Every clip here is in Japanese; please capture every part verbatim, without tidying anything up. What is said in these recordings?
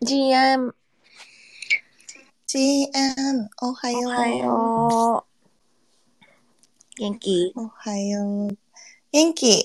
ジーエムジーエム おはよう。 おはよう。元気？ おはよう。元気。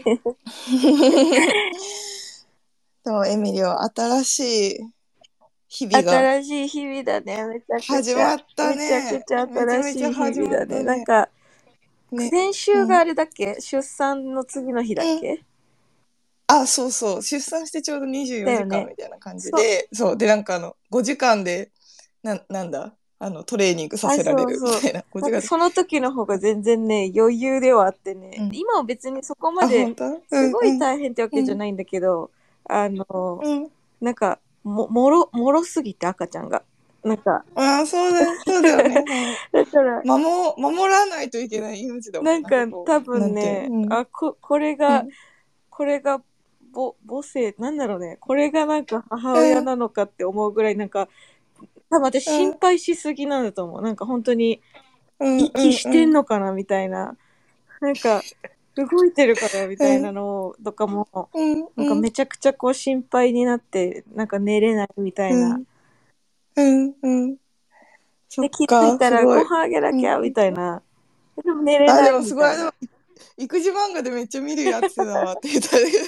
と、エミリオ、新しい日々が新しい日々だね。めちゃく始ちゃ、 まっためちゃくね。 ちゃめちゃ新めちゃしい日始ま 々だね。なんったね。 か、 ね。 先週うん。 があれだっけ、出産の次の日だっうん。 けあ、そうそう。出産してちょうど24時間だよね。 みたいな感じそう。 で、そう。で、なんかあの、ごじかんで、な、なんだあの、トレーニングさあ、 せられそうそう。 るみたいな。5時間で。 なんかその時の方が全然ね、余裕ではあってね。 うん。 今は別にそこまあ、 で本当？うすごいんうん。 大変ってわうん。 けじゃないんだけど、あの、 うん。 なんか、も、もろ、もろすぎて赤ちゃんが。なんか、 ああ、そうだよ。そうだよね。そのだから、 守、守らないといけない命だもん。 なんかなんかこ多う、な分ね、 んていうの。うん。 あ、こ、これが、 うん。 これが母、母性、なんだろうね、これがなんか母親うん。 なのかって思うぐらい、なんか、多分私うん。 心配しすぎなんだと思う。なんか本当に、 うん。うん。 息してうん。 んのかなみたいな。なんか、動いてるかなみたいなのとかも、 うん。 なんかうん。 めちゃくちゃこう心配になって、なんか寝れないみたいな。 うん。うん。うん。そで、 っ気づいか、 たらごすごい。 飯あげなうん。 きゃみたいな。でも寝れあ、 ないでもすごい。でも、 みたいな。 育児漫画でめっちゃ見るやつだわって言ったけど。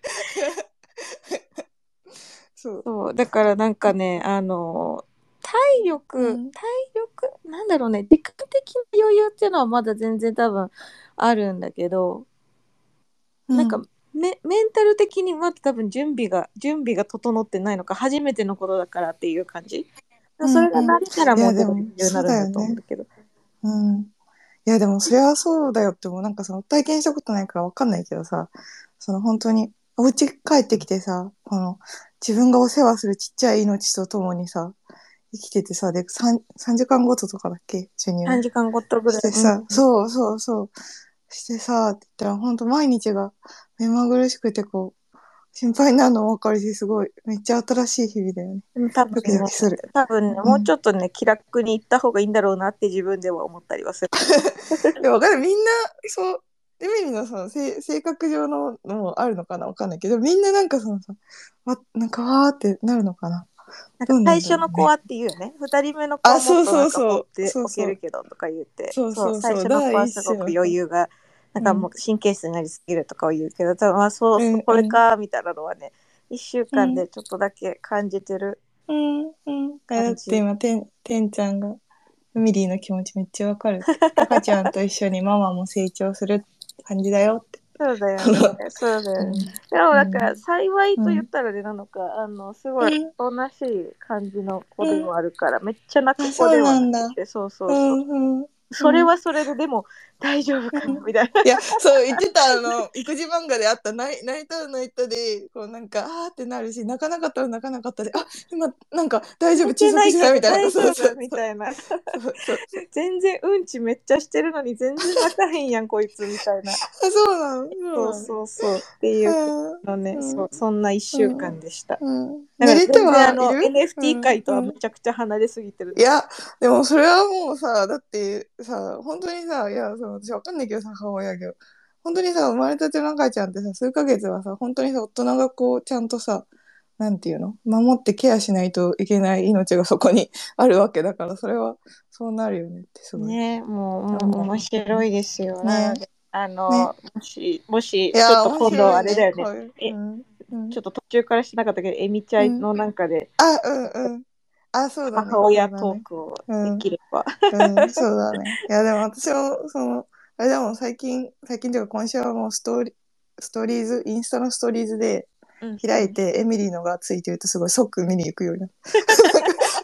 そう。 そう、だからなんかね、あの、体力、 うん。 体力、なんだろうね、時間的な余裕っていうのはまだ全然多分あるんだけど、なんかうん。 メ、メンタル的にまだ多分準備が、準備が整ってないのか、初めてのことだからっていう感じ。 うん。 それがうん。 慣れたらいや、 もう全然でも、そう余裕になるんだだよね。 と思うんだけど。 うん。いや、でも、それはそうだよっても、なんかその、体験したことないからわかんないけどさ、その本当に、お家帰ってきてさ、この、自分がお世話するちっちゃい命と共にさ、生きててさ、で、さん、さんじかんごととかだっけ授乳。 さんじかんごとぐらい。うん。 してさ、そうそうそう、してさ、って言ったら、ほんと毎日が目まぐるしくて、こう、心配になるの分かるし、すごい、めっちゃ新しい日々だよね。 でも多ドキ分ね、 ドキする。 多分ね、もううん。 ちょっとね、気楽に行った方がいいんだろうなって自分では思ったりはする。 でも分かる。みんな、そう、エミリのその性性格上ののもあるのかなわかんないけど、みんななんかそのさ、わ、なんかわーってなるのかな。 なんかどうなんだ最初ろうね。 の子はっていうよね。二人目の子はあ、 もっそうとなんか放そうそう、 っておそうそう、 けるけどとか言って、 そうそう、 そうそう、 最初の子第はすごく一子のさ、 余裕が、なんうん、 かもう神経質になりすぎるとかを言うけど、多分まあそうそう、 うん、うん、 これか、みたいなのはね、一週うん。 間でちょっとだけ感じてるうん、うん。えだって感じ。 今、てん、てんちゃんが、フミリーの気持ちめっちゃわかるって。赤ちゃんと一緒にママも成長する感じだよって。 そうだよあの、 ね、そうだよね。 うん、 でもなんかうん、 幸いと言っうん、 たらあれなのか、あの、すごいうん、 おとなしい感じの子でうん。 はあるから、めっちゃ泣くあ、そう子ではなんだ。 なくて、そうそうそう。 うん、うん、 それうん。 はそれででも大丈夫かなうん。 みたいな。 いや、そう言ってた、あの、育児漫画であった、泣い泣いたら泣いたで、こうなんか、あーってなるし、泣かなかったら泣かなかったで、あ、今、なんか大丈夫、 泣い窒てないけど息しないみたいな、なんか、そう大丈夫そうそう。 みたいな。 そうそうそう。 全然うんちめっちゃしてるのに全然泣かへんやんこいつみたいな。 あ、そうなの、そうそうなの。 そうそうっていうのね、 うん、 そう、そんな一週うん、 間でした。 うん。 だから寝れて全然あのはいる？ うエヌエフティーん、 界とはめうん。 ちゃくちゃ離れすぎてるんだけど。 いや、でもそれはもうさ、だってさ、本当にさ、いや、その私わかんないけどさ、母親やけど、本当にさ、生まれたての赤ちゃんってさ、数ヶ月はさ、本当にさ、大人がこう、ちゃんとさ、なんていうの守ってケアしないといけない命がそこにあるわけだから、それはそうなるよねってすごいね、もう、もう思面白いですよ。 う。ね。 なので、あね。 の、もし、もし、ちょっいやー、面と今度白いね、 あれだよね。 こういう。うえ、 ん。うん。 ちょっと途中からしなかったけど、えみちゃうん。 んのなんかであ、うんうん。あ、そうだね、そ母親うだね。 トークをでうん。 きれば。 うん、そうだね。いや、でも私も、その、あれでも最近、最近というか今週はもうストーリー、ストーリーズ、インスタのストーリーズでうんうん。 開いて、エミリーのがついてるとすごい即見に行くようになった。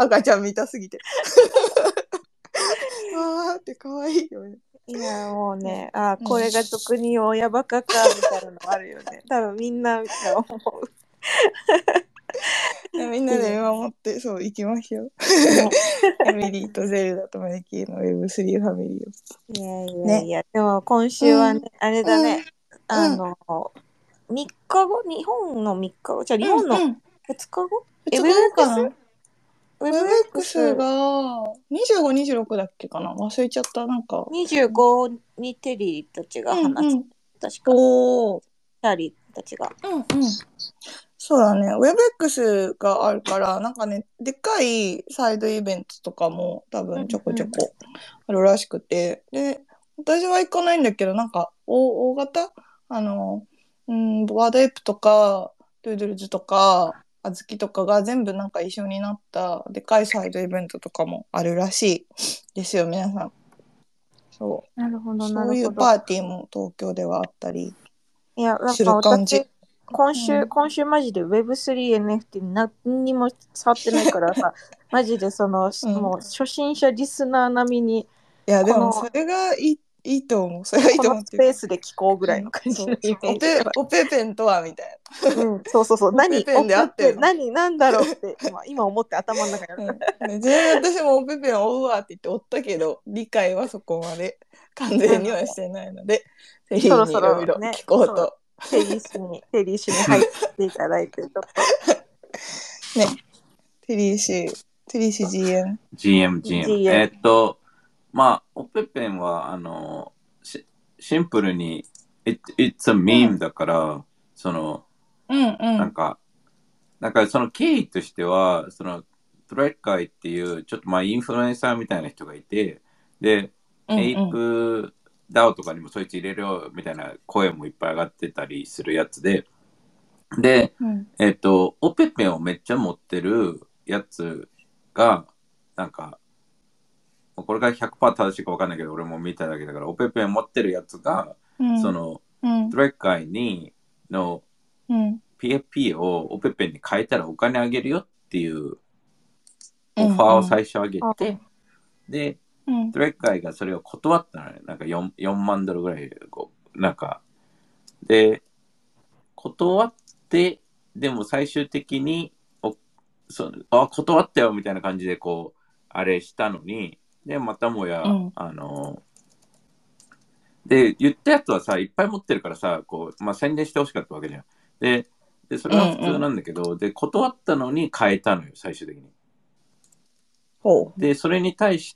赤ちゃん見たすぎて。わーって可愛いよね。 いや、もううん。 ね、あ、 うん。 これが俗に親バカか、みたいなのあるよね。多分みんなが思うっみんなで見ていう。 守って、そう、行きましょう。 ね。 エミリーとゼルダとマイキーの ウェブスリー ファミリーを。 いやいやいね。 や、でも今週はね、 うん。 あれだうん。 ね、あうん。 の、みっかご、日本のみっかご、じゃあ日うん。 本のうん。 ふつかご 2 え、 日後かウェブエックス？ な。 ウェブエックウェブエックススがにじゅうご、にじゅうろくだっけかな忘れちゃった。なんか。 にじゅうごにテリーたちがうん話す。 うん。 確か。 おー。 チャーリーたちが。 うんうん。 そうだね。WebX があるから、なんかね、でっかいサイドイベントとかも多分ちょこちょこあるらしくて。で、私は行かないんだけど、なんか大、大型あの、うん、ワードエップとか、ドゥードゥルズとか、あずきとかが全部なんか一緒になったでかいサイドイベントとかもあるらしいですよ、皆さん。そう。 なるほど、なそういうるほど。 パーティーも東京ではあったりいや、なんすかる感じ。 私、今週、 うん、 今週マジで ウェブスリーエヌエフティー 何にも触ってないからさ、マジでその、 うん。 もう初心者リスナー並みに、 いや、でこの、 もそれがいい、いいと思う。それがいいこのと思うっていうか。 スペースで聞こうぐらいのうん、 感じのそう。 イメオペ、 ージでは。 オペペンとはみたいな。 うん、そうそうそう。 オペ何、オペンで合ペってってるの。 何、なんだろうって今、今思って頭の中にある。 うん。ね、ちなみに私もオペペンを追うわって言って追ったけど、理解はそこまで完全にはしてないので、テリーそろそにいろいろろね、 聞こうそう、 と。 テリー氏に、テリー氏に入っていただいて、ちょっと、 ね、テリー氏、テリー氏 ジーエム。 ジーエム、ジーエム。えジーエム。 ーっと、まあ、オペペンは、あの、しシンプルに、it, it's a うん meme だから、その、 うんうん。 なんか、なんかその経緯としては、その、トレッカイっていう、ちょっとまあインフルエンサーみたいな人がいて、で、 うんエイうん。 プダウとかにもそいつ入れるよみたいな声もいっぱい上がってたりするやつで、で、 うんえっと、オペペンをめっちゃ持ってるやつが、なんか、これがひゃくパーセント正しいか分かんないけど、俺も見ただけだから、オペペン持ってるやつが、 うんその、 うんトレッカイに、の、 うんピーエフピー をオペペンに変えたらお金あげるよっていううオファーをん最初上げあて、で、 うんトレッカイがそれを断ったのね。なんか 4, よんまんドルぐらい、こう、なんか、で、断って、でも最終的に、おそあ、断ったよみたいな感じで、こう、あれしたのに、で、またもや、 うんあの、で、言ったやつはさ、いっぱい持ってるからさ、こう、まあ、宣伝してほしかったわけじゃん。で、でそれは普通なんだけど、で、断ったのに変えたのよ、最終的に。 ほで、それに対して、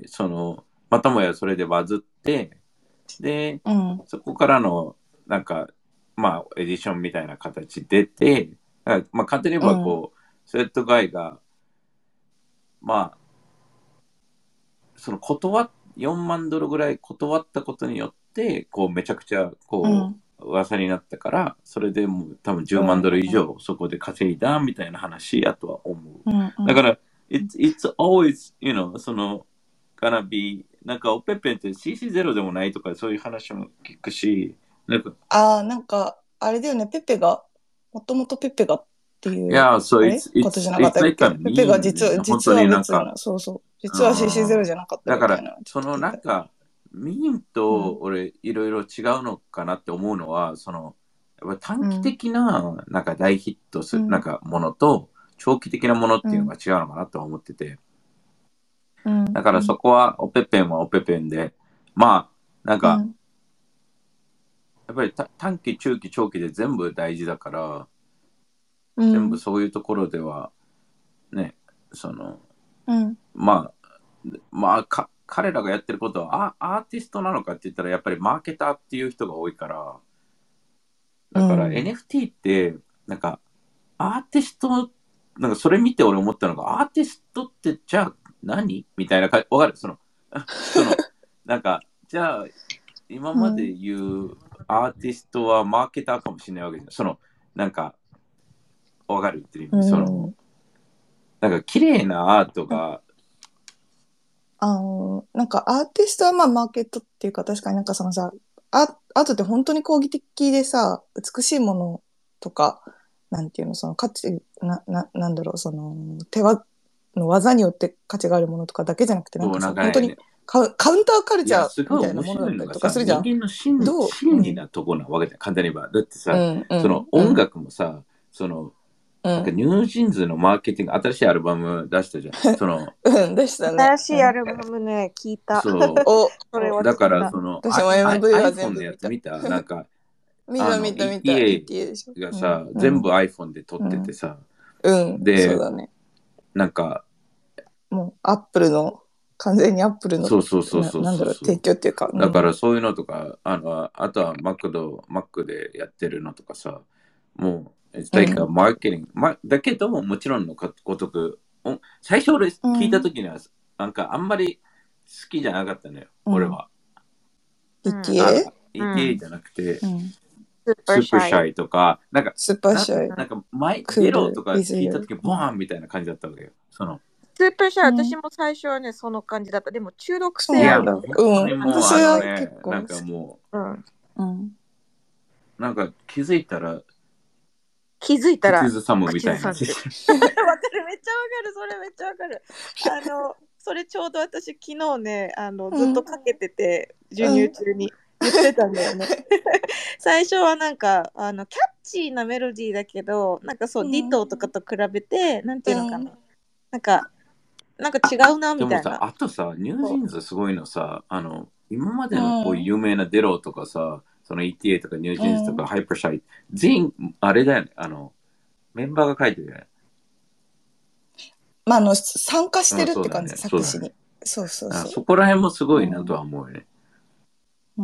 その、またもやそれでバズって、で、 う。うんそこからの、なんか、まあ、エディションみたいな形出て、だからまあ、簡単に言えば、こう、スウェットガイが、まあ、その断っ、よんまんドルぐらい断ったことによって、こう、めちゃくちゃ、こう、 うん噂になったから、それでもう多分じゅうまんドル以上そこで稼いだみたいな話やとは思う。 うんうんだから、it's, it's always, you know, その、gonna be、なんかオペペンって シーシーゼロ でもないとかそういう話も聞くし、なんか、 ああ、なんか、あれだよね、ペペが、もともとペペがっていう、 いや、そう、 あれ it's, ことじゃ it's, なかっ it's たっ like け a ペペが meme ね。 実は、 本当実はになんか、 別な、そうそう。実は シーシーゼロうんじゃなかっただから、 みたいなのちょそのっと聞いた。 なんか、ミームと俺いろいろ違うのかなって思うのは、その、やっぱ短期的な、なんか大ヒットする、 うんなんかものと、長期的なものっていううんのが違うのかなとは思ってて。 うんだからそこは、オペペンはオペペンで、まあ、なんか、 うんやっぱりた短期、中期、長期で全部大事だから、 うん全部そういうところでは、ね、その、 うんまあ、まあ、か彼らがやってることはアアーティストなのかって言ったらやっぱりマーケターっていう人が多いからだからうんエヌエフティー ってなんかアーティストなんかそれ見て俺思ったのがアーティストってじゃあ何みたいなかわかるそのそのなんかじゃあ今まで言うアーティストはマーケターかもしれないわけじゃんそのなんかわかるっていう意味、そのなんか綺麗なアートがあの、なんかアーティストはまあマーケットっていうか確かになんかそのさ、アアートって本当に攻撃的でさ、美しいものとか、なんていうの、その価値、な、な、なんだろう、その手話の技によって価値があるものとかだけじゃなくて、なんかさ、 こうなんか本当にねカウ、カウンターカルいや、 チャーすごい面みたいなものだ白いのがさ、 ったりとかするじゃん。 人間の心どう心理なとこなわけだよ、簡単に言えば。だってさ、 うんうんその音楽もさ、その、なんかうんニュージーンズのマーケティング、新しいアルバム出したじゃん。その、 うんでしたね。 新しいアルバムね、聞いた。 そう、 お、 それはだから聞いた。 その、 私も I- エムブイ は iPhone の全部見た。 やつ見たなんか、 見たあの、 見た見た。 イーティーエーイーティーエー でしょ。 がさ、 うん全部 iPhone で撮っててさ、 うん、うん、 でそうだね。 なんか、 もうアップルの完全にアップルのそうそうそうそうそうななんだろう提供っていうか、 だからそういうのとか、あの、あとはマクド、マックでやってるのとかさ、も It's like a marketing、うんま、だけどもちろんのごとく最初俺聞いた時には、うん、なんかあんまり好きじゃなかったのよ、うん、俺はイーティーエー？ イーティーエー じゃなくて、うん、 スーパーシャイ、 シャイとかなんかスーパーシャイな、なんか前ゲロとか聞いた時ボーンみたいな感じだったわけよ。そのスーパーシャイ、私も最初はねその感じだった。でも中毒性ある。 いや、うん、私は結構なんかもう、うんうん、 なんか気づいたら気づいたら口ずさむみたいな。わかる、 めっちゃわかる、それめっちゃわかる。あのそれちょうど私昨日ねあのずっとかけてて、うん、授乳中に言ってたんだよね。最初はなんかあのキャッチーなメロディーだけどなんかそう、うん、ディトーとかと比べてなんていうのかな、うん、なんかなんか違うなみたいな。 でもさ、あとさ、ニュージーンズすごいのさ、あの今までのこう有名なデローとかさ、その イーティーエー とかニュージーンズとか、うん、ハイパーシャイ、全員あれだよね、あのメンバーが書いてるよね。 まあ、あの参加してるって感じ、ね、作詞に。そうそうそう。 そこら辺もすごいなとは思うよね。 うん、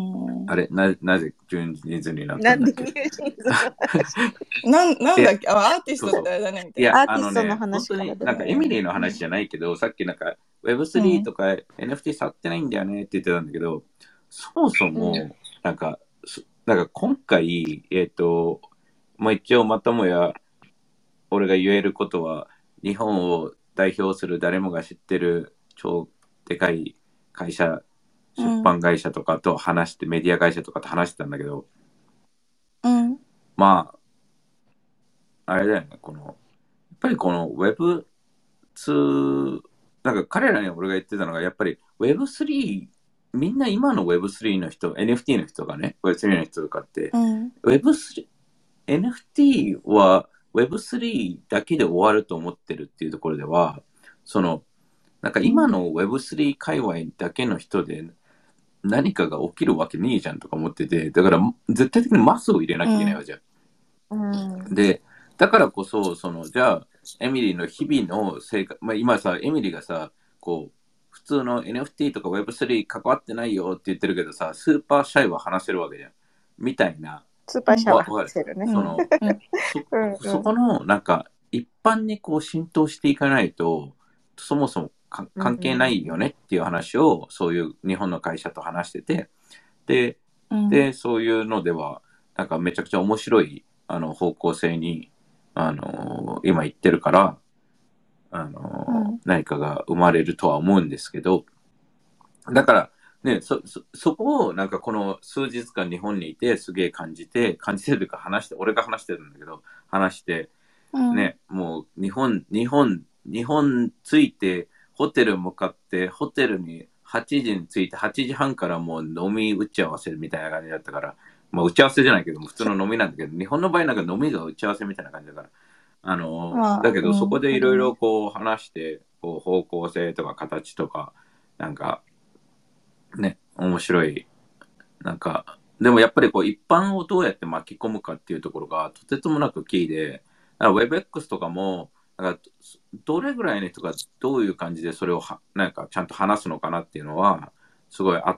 あれ な, なぜニュージーンズになったんだっけ。 なんでニュージーンズな ん, なんだっけあアーティストってあれだねみたいな。 いやアーティストの話から、ね、 本当になんかエミリーの話じゃないけど、うん、さっきなんか ウェブスリー とか エヌエフティー 触ってないんだよねって言ってたんだけど、そもそもなんか、うん、なんか今回えっ、ー、とまあ一応またもや俺が言えることは日本を代表する誰もが知ってる超でかい会社、出版会社とかと話して、うん、メディア会社とかと話してたんだけど、 うん、 まああれだよね、このやっぱりこの ウェブツー なんか彼らに俺が言ってたのがやっぱり ウェブスリー みんな今の ウェブスリー の人 エヌエフティー の人がね ウェブスリー の人とかって、うん、ウェブスリー エヌエフティー は ウェブスリー だけで終わると思ってるっていうところではそのなんか今の ウェブスリー 界隈だけの人で何かが起きるわけねえじゃんとか思ってて、だから絶対的にマスを入れなきゃいけないわけじゃん、うん、でだからこそそのじゃあエミリーの日々の生活、まあ、今さエミリーがさこう普通の エヌエフティー とか ウェブスリー 関わってないよって言ってるけどさスーパーシャイは話せるわけじゃんみたいな。 スーパーシャイは話せるね。 その、うん、そ, そこのなんか一般にこう浸透していかないとそもそも関係ないよねっていう話をそういう日本の会社と話してて、で、でそういうのではなんかめちゃくちゃ面白いあの方向性にあのー、今言ってるから、あのーうん、何かが生まれるとは思うんですけど、だからね、そ、そ、そこをなんかこの数日間日本にいてすげえ感じて、感じてるというか話して、俺が話してるんだけど、話して、ね、うん、もう日本、日本、日本着いて、ホテル向かって、ホテルにはちじに着いて、はちじはんからもう飲み打ち合わせみたいな感じだったから、まあ打ち合わせじゃないけども普通の飲みなんだけど、日本の場合なんか飲みが打ち合わせみたいな感じだから、あのーまあ、だけどそこでいろいろこう話して、こう方向性とか形とか、なんか、ね、面白い。なんか、でもやっぱりこう一般をどうやって巻き込むかっていうところがとてつもなくキーで、ウェブエックス とかも、なんかどれぐらいの人がどういう感じでそれをはなんかちゃんと話すのかなっていうのはすごいあって、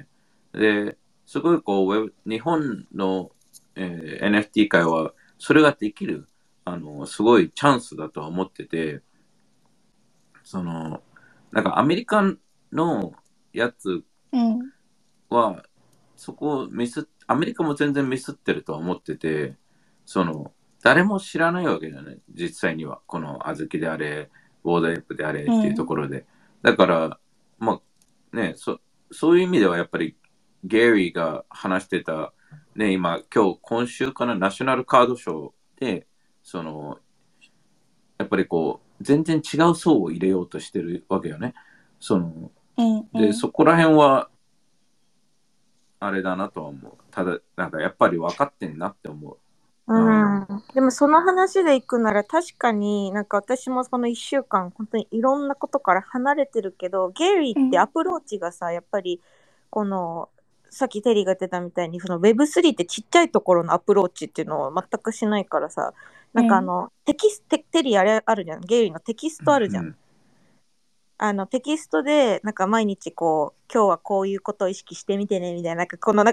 で、すごいこうウェブ日本の、えー、エヌエフティー 界はそれができる、あの、すごいチャンスだとは思ってて、その、なんかアメリカのやつは、うん、そこをミスアメリカも全然ミスってるとは思ってて、その誰も知らないわけだよね、実際には。このあずきであれ、ウォードエップであれっていうところで。うん、だから、まあね、そ、そういう意味ではやっぱりゲリーが話してた、ね、今、今日、今週かな、ナショナルカードショーで、その、やっぱりこう、全然違う層を入れようとしてるわけよね。その、うんうん、で、そこら辺は、あれだなとは思う。ただ、なんかやっぱり分かってんなって思う。 うん、でもその話でいくなら確かになんか私もそのいっしゅうかん本当にいろんなことから離れてるけど、ゲリーってアプローチがさ、やっぱりこのさっきテリーが言ってたみたいにその ウェブスリー ってちっちゃいところのアプローチっていうのを全くしないからさ、なんかあの、うん、テキストテリーあれあるじゃん、ゲリーのテキストあるじゃん、うん、あのテキストでなんか毎日こう今日はこういうことを意識してみてねみたいな、なんかこのなんか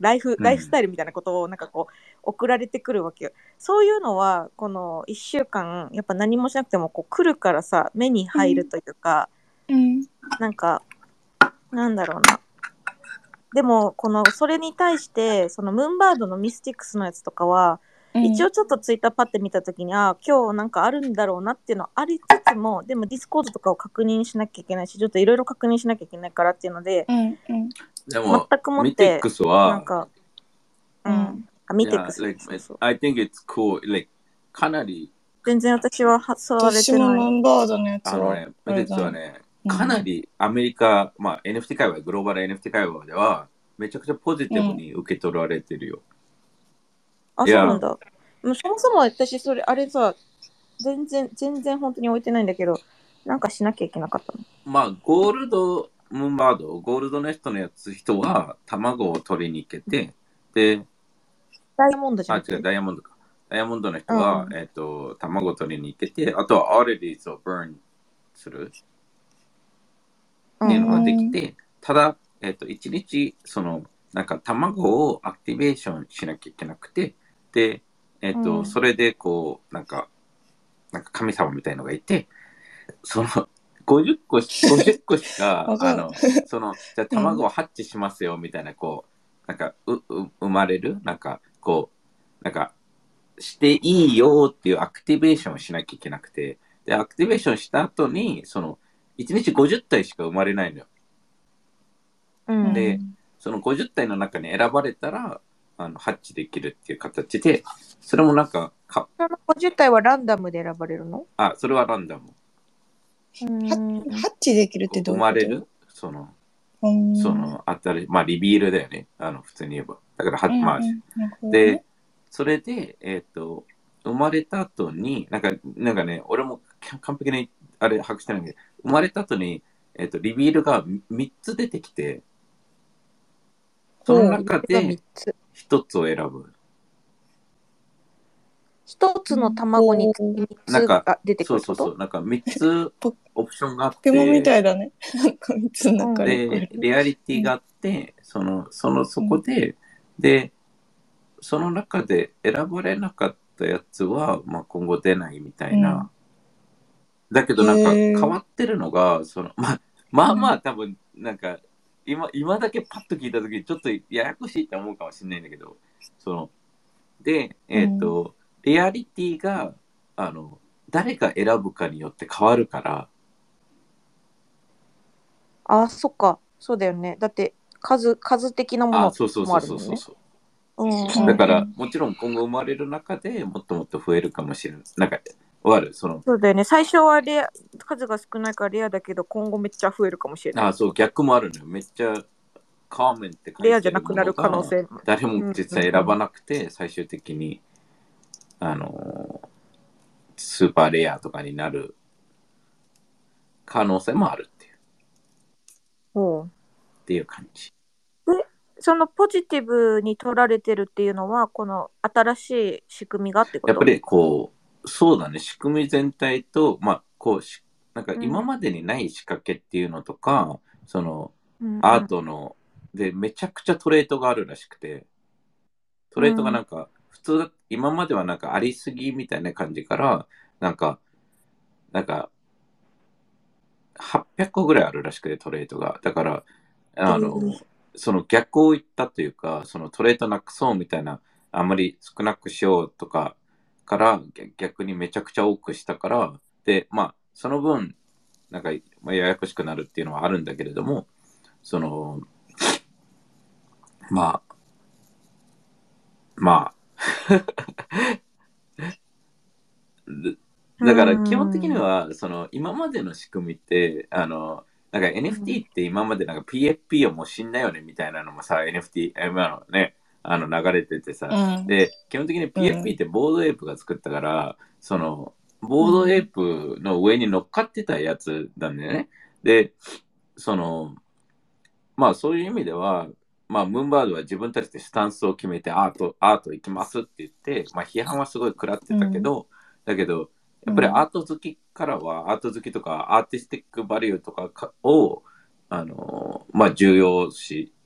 ライフ、 うんライフスタイルみたいなことをなんかこう送られてくるわけよ。そういうのはこのいっしゅうかんやっぱ何もしなくてもこう来るからさ目に入るというか、 うん。 なんかなんだろうな。でもこのそれに対してそのムーンバードのミスティックスのやつとかは、 うん一応ちょっとツイッターパッて見たときに、あ今日なんかあるんだろうなっていうのはありつつも、でもディスコードとかを確認しなきゃいけないし、ちょっといろいろ確認しなきゃいけないからっていうので、 うん。うん。 でも、 全くもっミテッてクスなんは、 か、ううんん、あ見てく yeah, like, そうそう。 I think it's cool. Like, かなり、 全然私は発送され私もてない。 マンバードのやつはあのね、 あれミテックスはだね。 ね、 うんかなりアメリカ、まあ エヌエフティー 界隈、グローバル エヌエフティー 界隈では、めちゃくちゃポジティブに受け取られてるよ。 あ、 いやそうなんだ。もうそもそも私それあれさ、全然全然本当に置いてないんだけど、なんかしなきゃいけなかったの。 まあ、ゴールドムーンバード、ゴールドネストのやつ人は卵を取りに行けて、で、 ダイヤモンドじゃあ、 なくて。 違う、ダイヤモンドか。ダイヤモンドの人うんうは、 んえっ、と、卵を取りに行けて、あとはオーディティーズをブーンするっていうのができて、ただ、えっ、と、一日、その、なんか卵をアクティベーションしなきゃいけなくて、で、えっ、と、 うんそれでこう、なんか、なんか神様みたいのがいて、その、ごじゅっこし、ごじゅっこしかわ、かあるの、その、じゃあ卵をハッチしますよ、みたいな、こう、なんか、う、う、生まれるなんか、こう、なんか、していいよっていうアクティベーションをしなきゃいけなくて、で、アクティベーションした後に、その、いちにちごじゅったいしか生まれないのよ。 うんで、そのごじゅったいの中に選ばれたら、あの、ハッチできるっていう形で、それもなんか、か、 そのごじゅったいはランダムで選ばれるの？ あ、それはランダム。 うーんハッチできるってどういうこと？ 生まれるその、 うんその、あたり、まあ、リビールだよね。あの、普通に言えば。だから、は、 うんうんまあ、 なるほどねで、それで、えっ、と、生まれた後に、なんか、なんかね、俺も完璧にあれ把握してないんだけど、生まれた後に、えっ、と、リビールがみっつ出てきて、その中リビールがでみっつ。 ひとつを選ぶ。 一つの卵にみっつなんかが出てくるってこと？ そうそうそう、なんかみっつオプションがあっポケモンみて、 たいだね。なんかみっつの中にこでれ、 リアリティがあって、その、その、そこで、で、その中で選ばれなかったやつは、まあ、今後出ないみたいな。だけどなんかへー変わってるのが、その、まあ、まあまあ多分、なんか、今、今だけパッと聞いたときにちょっとややこしいって思うかもしれないんだけど、その、で、えっ、と、リアリティが、あの、誰が選ぶかによって変わるから、 あ、そっか。そうだよね。だって数数的なもあ、 のそうそうそうもあるもんね。 そうそうそう。 うんだから、もちろん今後生まれる中でもっともっと増えるかもしれない。なんか、わかるその、 そうだよね。最初はレア数が少ないからレアだけど、今後めっちゃ増えるかもしれない。 あ、そう、逆もあるのよ。めっちゃ、カーメンって書いレアじゃてるものなくなる可能が、 性。 誰も実際選ばなくて、最終的に、あの、スーパーレアとかになる可能性もあるっていう、 ほう。 っていう感じ。 そのポジティブに取られてるっていうのは、この新しい仕組みがってこと？ やっぱりこう、そうだね、仕組み全体と、まあ、こうし、なんか今までにない仕掛けっていうのとか、その、 うんアートの、で、めちゃくちゃトレートがあるらしくて、トレートがなんか、普通だ、今まではなんかありすぎみたいな感じから、なんか、なんか、はっぴゃっこぐらいあるらしくて、トレートが。だから、あの、 うんその逆を言ったというか、そのトレートなくそうみたいな、あんまり少なくしようとかから逆逆にめちゃくちゃ多くしたから、で、まあ、その分、なんか、まあ、ややこしくなるっていうのはあるんだけれども、その、まあ、まあ、だから基本的には、その、今までの仕組みって、あの、なんか エヌエフティー って今までなんか ピーエフピー はもう死んだよねみたいなのもさ、エヌエフティー、今のね、あの流れててさ、 うんで、基本的に ピーエフピー ってボードエイプが作ったから、その、ボードエイプの上に乗っかってたやつなんだよね。で、その、まあそういう意味では、まあムーンバードは自分たちでスタンスを決めてアート、アート行きますって言って、まあ批判はすごい食らってたけど、だけど、やっぱりアート好きからは、アート好きとかアーティスティックバリューとかかを、あの、まあ重要視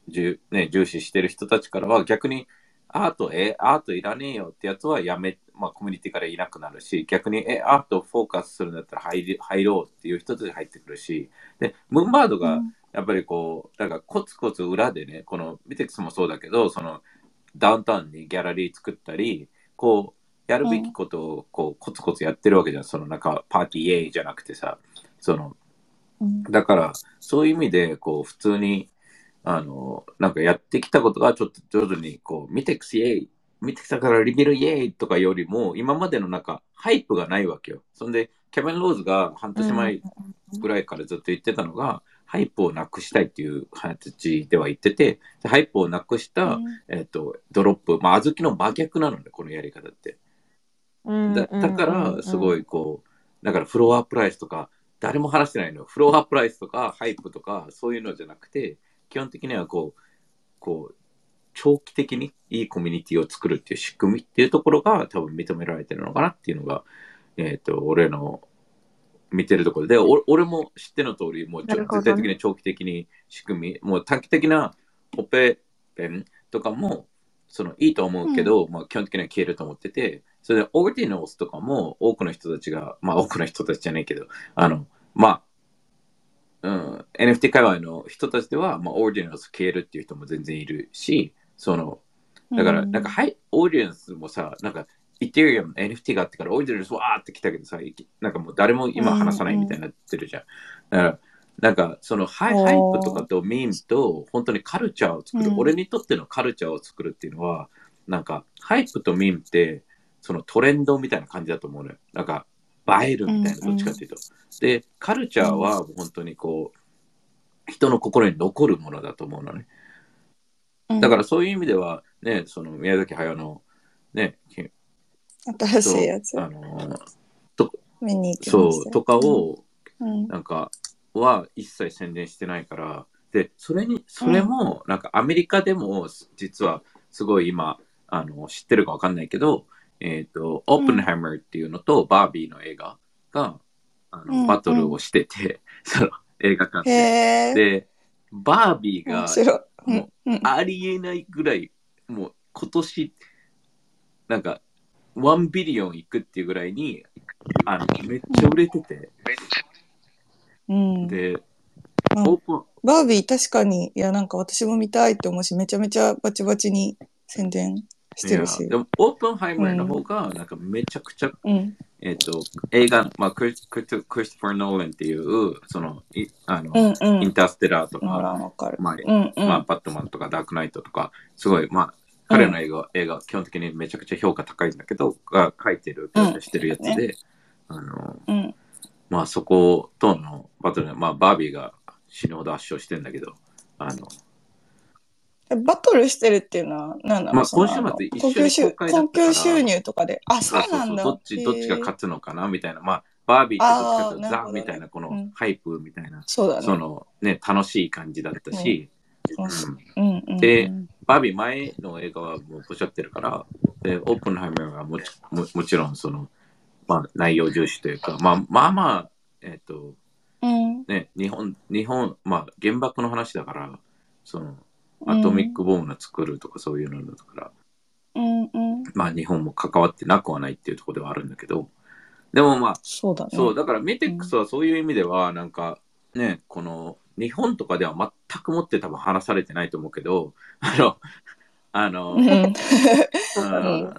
重ね、重視してる人たちからは逆にアート、え、アートいらねえよってやつはやめ、まあコミュニティからいなくなるし、逆にえ、アートをフォーカスするんだったら入り入ろうっていう人たち入ってくるし、で、ムンバードがやっぱりこう、なんかコツコツ裏でね、このミテックスもそうだけど、そのダウンタウンにギャラリー作ったり、こう、やるべきことをこうコツコツやってるわけじゃん。そのなんかパーティーイエーイじゃなくてさ、その、だからそういう意味でこう普通にあのなんかやってきたことがちょっと徐々にこうミテックスイエーイ、ミテックスからリビルイエーイとかよりも今までのなんかハイプがないわけよ。そんでケビン・ローズが半年前ぐらいからずっと言ってたのが、ハイプをなくしたいっていう形では言ってて、ハイプをなくした、えっと、ドロップ、まあ小豆の真逆なのね、このやり方って。だだからすごいこうだからフロアプライスとか誰も話してないの。フロアプライスとかハイプとかそういうのじゃなくて、基本的にはこうこう長期的にいいコミュニティを作るっていう仕組みっていうところが多分認められてるのかなっていうのが、えっと俺の見てるところで、お俺も知っての通り、もうちょ、 なるほどね絶対的に長期的に仕組み、もう短期的なオペペンとかもそのいいと思うけど、まあ基本的には消えると思ってて、それでオーディナルスとかも多くの人たちが、まあ多くの人たちじゃないけど、あの、まあ、うん、エヌエフティー 界隈の人たちでは、まあオーディナルス消えるっていう人も全然いるし、その、だから、なんか、はい、オーディナルスもさ、なんか、イテリアム、エヌエフティー があってから、オーディナルスわーって来たけどさ、なんかもう誰も今話さないみたいになってるじゃん。だから、なんか、そのハイ、ハイプとかとミームと、本当にカルチャーを作る、俺にとってのカルチャーを作るっていうのは、なんか、ハイプとミームって、そのトレンドみたいな感じだと思うのよ。なんか、映えるみたいな、どっちかっていうと。で、カルチャーは本当にこう、人の心に残るものだと思うのね。だからそういう意味では、ね、その宮崎駿の、ね、 新しいやつ。 あのと見に行きましたそうとかを、 うん、 なんかは一切宣伝してないから、でそれにそれもなんかアメリカでも実はすごい今あの知ってるかわかんないけど、えっ、ー、とオープンハイマーっていうのとバービーの映画があの、うん、バトルをしてて、その映画館で。でバービーがもうありえないぐらい、もう今年なんかワンビリオンいくっていうぐらいにあのめっちゃ売れてて、 うん、 で、 まあ、バービー確かに、いやなんか私も見たいって思うし、めちゃめちゃバチバチに宣伝してるし。 でもオープンハイマーの方がなんかめちゃくちゃ、うん、えっ、ー、と映画、まあ、クリストファー・ノーランっていうそのいあの、うんうん、インターステラーとか、まあ、うんうん、まあ、バットマンとかダークナイトとかすごいまあ彼の映画、うん、映画基本的にめちゃくちゃ評価高いんだけどが書いてる、うん、してるやつで、ね、あの、うん、まあそことのバトルで、まあバービーが死ぬほど圧勝してんだけど、あのバトルしてるっていうのは何なの？ まあ今週末一緒に公開だったから、 興行収入とかで、あ、そうなんだ。 そうそうそう、どっちどっちが勝つのかなみたいな、まあバービーってどっちかというとザみたいなこのハイプみたいな、 そうだね、 そのね楽しい感じだったし、うんうん、でバービー前の映画はもうポシャってるから、でオープンハイマーはも ち, も, もちろんその、まあ、内容重視というか、まあまあまあえっ、ー、と、うんね、日本日本まあ原爆の話だから、そのアトミックボムの作るとかそういうのだから、うんうん、まあ日本も関わってなくはないっていうところではあるんだけど、でもまあそうだね、 そうだからメテックスはそういう意味ではなんかね、この日本とかでは全くもって多分話されてないと思うけど、あのあの、うん、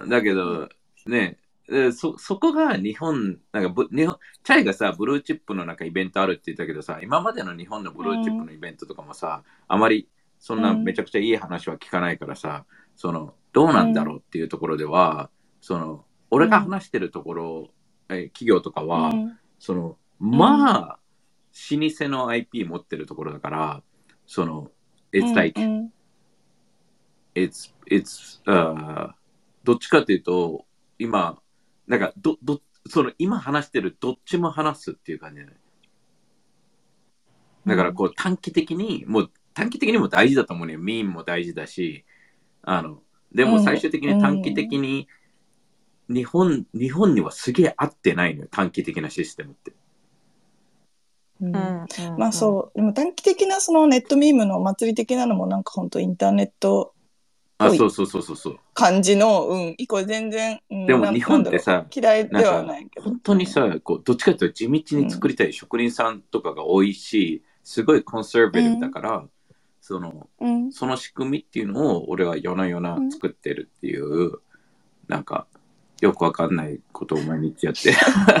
だけどね、そそこが日本なんかぶ日本チャイがさブルーチップのなんかイベントあるって言ったけどさ、今までの日本のブルーチップのイベントとかもさ、うん、あまりそんなめちゃくちゃいい話は聞かないからさ、そのどうなんだろうっていうところでは、うん、その俺が話してるところ、うん、企業とかは、うん、そのまあ、うん、老舗の アイピー 持ってるところだから、その it's like、うん、it's it's、uh, どっちかというと今なんかどどその今話してるどっちも話すっていう感じだね。だからこう短期的に、もう短期的にも大事だと思うね。ミーンも大事だし、あのでも最終的に短期的に日本、うん、日本にはすげえ合ってないのよ、短期的なシステムって。 うんうんうんまあそうでも短期的なそのネットミームのお祭り的なのもなんかほんとインターネットあ、 ぽいそうそうそうそうそう。 感じのうん以降全然、うん、なでも日本なんだろうってさ、 嫌いではなんかないけど本当にさ、こうどっちかというと地道に作りたい職人さんとかが多いし、すごいコンサバティブだから、そのうんその仕組みっていうのを俺は夜な夜なうん作ってるっていう、なんかよくわかんないことを毎日やって。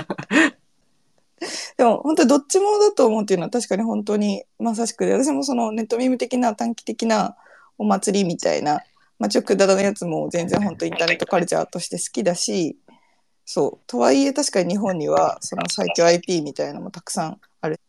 でも本当にどっちもだと思うっていうのは確かに本当にまさしくで、私もそのネットミーム的な短期的なお祭りみたいな、まあ、ちょっとくだらないやつも全然本当インターネットカルチャーとして好きだし、そうとはいえ確かに日本にはその最強 アイピー みたいなのもたくさんある